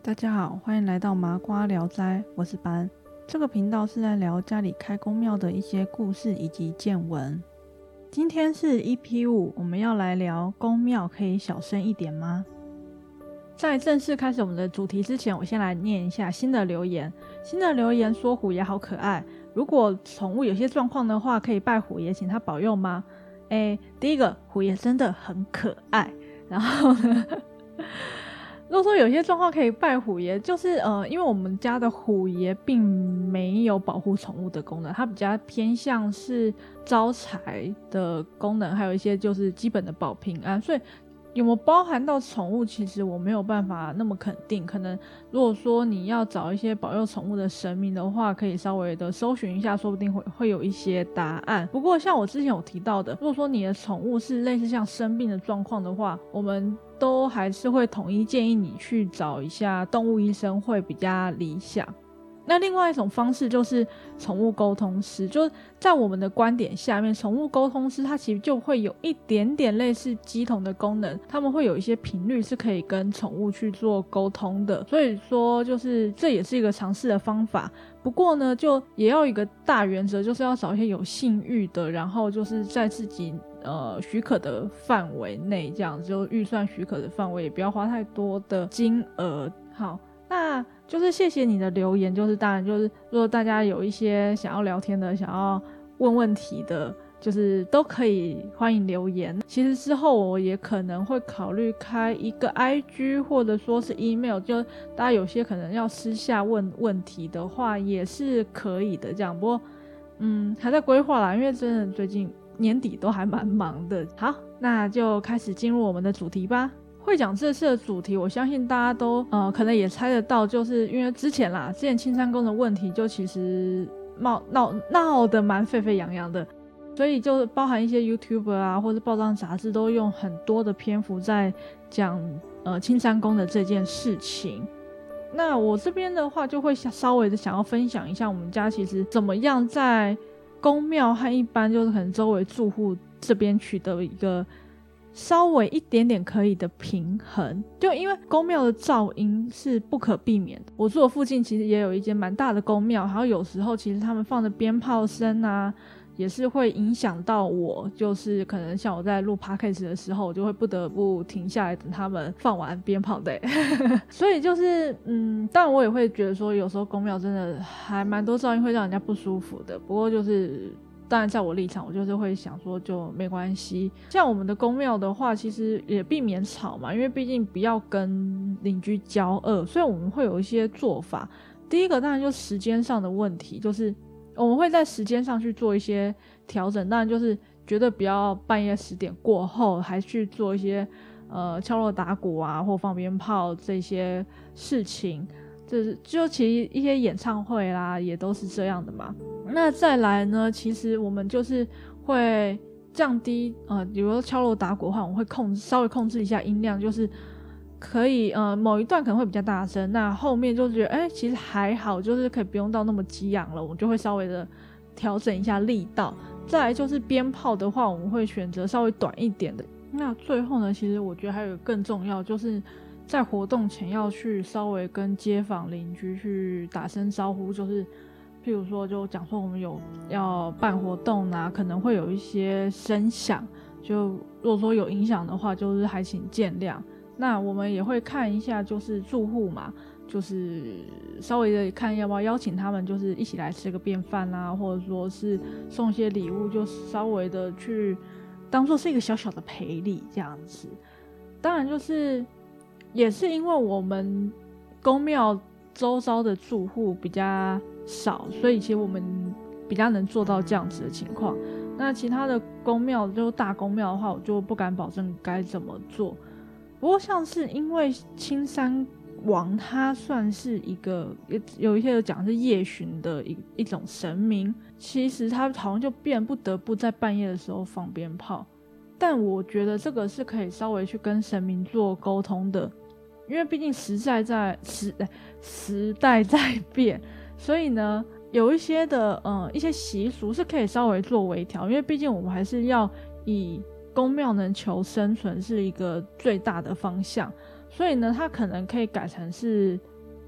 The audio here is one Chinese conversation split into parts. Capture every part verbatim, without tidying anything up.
大家好，欢迎来到麻瓜聊斋，我是班。这个频道是在聊家里开公庙的一些故事以及见闻。今天是 E P 五，我们要来聊公庙可以小声一点吗？在正式开始我们的主题之前，我先来念一下新的留言。新的留言说虎爷好可爱，如果宠物有些状况的话，可以拜虎爷请他保佑吗？诶，第一个，虎爷真的很可爱，然后呢如果说有些状况可以拜虎爷，就是呃，因为我们家的虎爷并没有保护宠物的功能，它比较偏向是招财的功能，还有一些就是基本的保平安，所以有没有包含到宠物，其实我没有办法那么肯定。可能如果说你要找一些保佑宠物的神明的话，可以稍微的搜寻一下，说不定会会有一些答案。不过像我之前有提到的，如果说你的宠物是类似像生病的状况的话，我们都还是会统一建议你去找一下动物医生会比较理想。那另外一种方式就是宠物沟通师，就是在我们的观点下面，宠物沟通师它其实就会有一点点类似乩童的功能，他们会有一些频率是可以跟宠物去做沟通的，所以说就是这也是一个尝试的方法。不过呢，就也要一个大原则，就是要找一些有性欲的，然后就是在自己呃许可的范围内，这样就预算许可的范围，也不要花太多的金额。好，那就是谢谢你的留言，就是当然就是如果大家有一些想要聊天的，想要问问题的，就是都可以欢迎留言。其实之后我也可能会考虑开一个 I G 或者说是 email， 就大家有些可能要私下问问题的话也是可以的这样。不过嗯还在规划啦，因为真的最近年底都还蛮忙的。好，那就开始进入我们的主题吧。会讲这次的主题，我相信大家都呃可能也猜得到，就是因为之前啦，之前青山宫的问题就其实闹闹闹得蛮沸沸扬扬的，所以就包含一些 YouTuber 啊，或者报章杂志都用很多的篇幅在讲呃青山宫的这件事情。那我这边的话，就会稍微的想要分享一下我们家其实怎么样在宫庙和一般就是可能周围住户这边取得一个稍微一点点可以的平衡。就因为宫庙的噪音是不可避免的，我住的附近其实也有一间蛮大的宫庙，然后有时候其实他们放的鞭炮声啊也是会影响到我，就是可能像我在录 podcast 的时候，我就会不得不停下来等他们放完鞭炮的所以就是嗯，当然我也会觉得说有时候宫庙真的还蛮多噪音会让人家不舒服的，不过就是当然在我立场我就是会想说就没关系。像我们的宫庙的话其实也避免吵嘛，因为毕竟不要跟邻居交恶，所以我们会有一些做法。第一个当然就是时间上的问题，就是我们会在时间上去做一些调整，当然就是绝对不要半夜十点过后还去做一些呃敲锣打鼓啊或放鞭炮这些事情，就是就其实一些演唱会啦也都是这样的嘛。那再来呢，其实我们就是会降低呃比如说敲锣打鼓的话，我们会控制稍微控制一下音量，就是可以呃某一段可能会比较大声，那后面就觉得哎其实还好，就是可以不用到那么激昂了，我们就会稍微的调整一下力道。再来就是鞭炮的话，我们会选择稍微短一点的。那最后呢，其实我觉得还有一个更重要，就是在活动前要去稍微跟街坊邻居去打声招呼，就是譬如说就讲说我们有要办活动啊，可能会有一些声响，就如果说有影响的话就是还请见谅。那我们也会看一下就是住户嘛，就是稍微的看要不要邀请他们就是一起来吃个便饭啊，或者说是送一些礼物，就稍微的去当做是一个小小的赔礼这样子。当然就是也是因为我们宫庙周遭的住户比较少，所以其实我们比较能做到这样子的情况。那其他的宫庙就大宫庙的话，我就不敢保证该怎么做。不过像是因为青山王他算是一个有一些有讲是夜巡的 一, 一种神明，其实他好像就变不得不在半夜的时候放鞭炮，但我觉得这个是可以稍微去跟神明做沟通的，因为毕竟时代在时时代在变，所以呢有一些的呃一些习俗是可以稍微做微调，因为毕竟我们还是要以宫庙能求生存是一个最大的方向，所以呢它可能可以改成是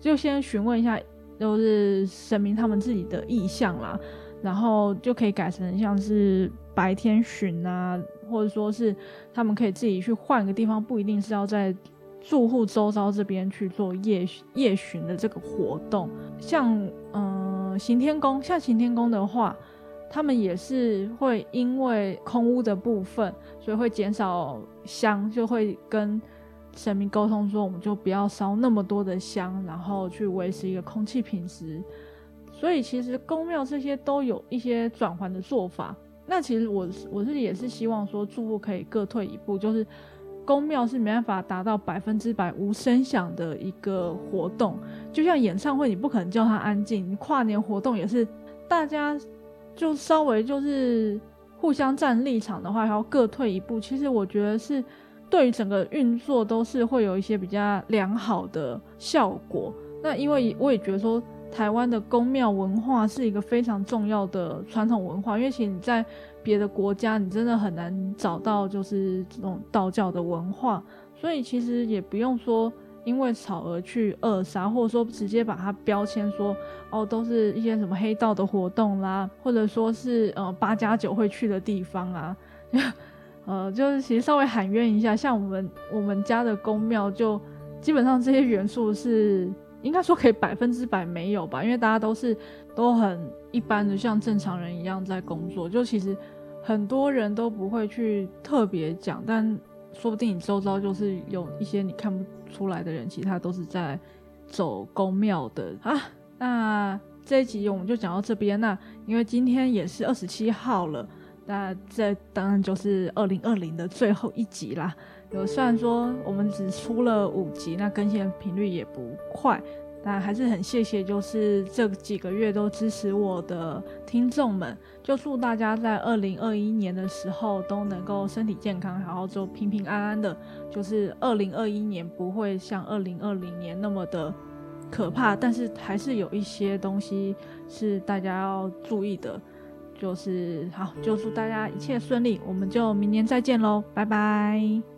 就先询问一下，就是神明他们自己的意向啦，然后就可以改成像是白天巡啊，或者说是他们可以自己去换个地方，不一定是要在住户周遭这边去做夜夜巡的这个活动。像嗯、呃、行天宫，像行天宫的话，他们也是会因为空污的部分，所以会减少香，就会跟神明沟通说，我们就不要烧那么多的香，然后去维持一个空气品质。所以其实宫庙这些都有一些转换的做法。那其实我我是也是希望说住户可以各退一步，就是宫庙是没办法达到百分之百无声响的一个活动，就像演唱会你不可能叫它安静，你跨年活动也是大家就稍微就是互相站立场的话，还要各退一步。其实我觉得是对于整个运作都是会有一些比较良好的效果。那因为我也觉得说台湾的宫庙文化是一个非常重要的传统文化，因为其实你在别的国家你真的很难找到就是这种道教的文化，所以其实也不用说因为吵而去扼杀，或者说直接把它标签说哦都是一些什么黑道的活动啦，或者说是呃八加九会去的地方啊呃就是其实稍微喊冤一下，像我们我们家的宫庙就基本上这些元素是应该说可以百分之百没有吧，因为大家都是都很一般的像正常人一样在工作，就其实很多人都不会去特别讲，但说不定你周遭就是有一些你看不出来的人，其实他都是在走宫庙的啊。那这一集我们就讲到这边，那因为今天也是二十七号了，那这当然就是二零二零的最后一集啦。有虽然说我们只出了五集，那更新的频率也不快，但还是很谢谢就是这几个月都支持我的听众们，就祝大家在二零二一年的时候都能够身体健康，然后就平平安安的，就是二零二一年不会像二零二零年那么的可怕，但是还是有一些东西是大家要注意的，就是好，就祝大家一切顺利，我们就明年再见咯，拜拜。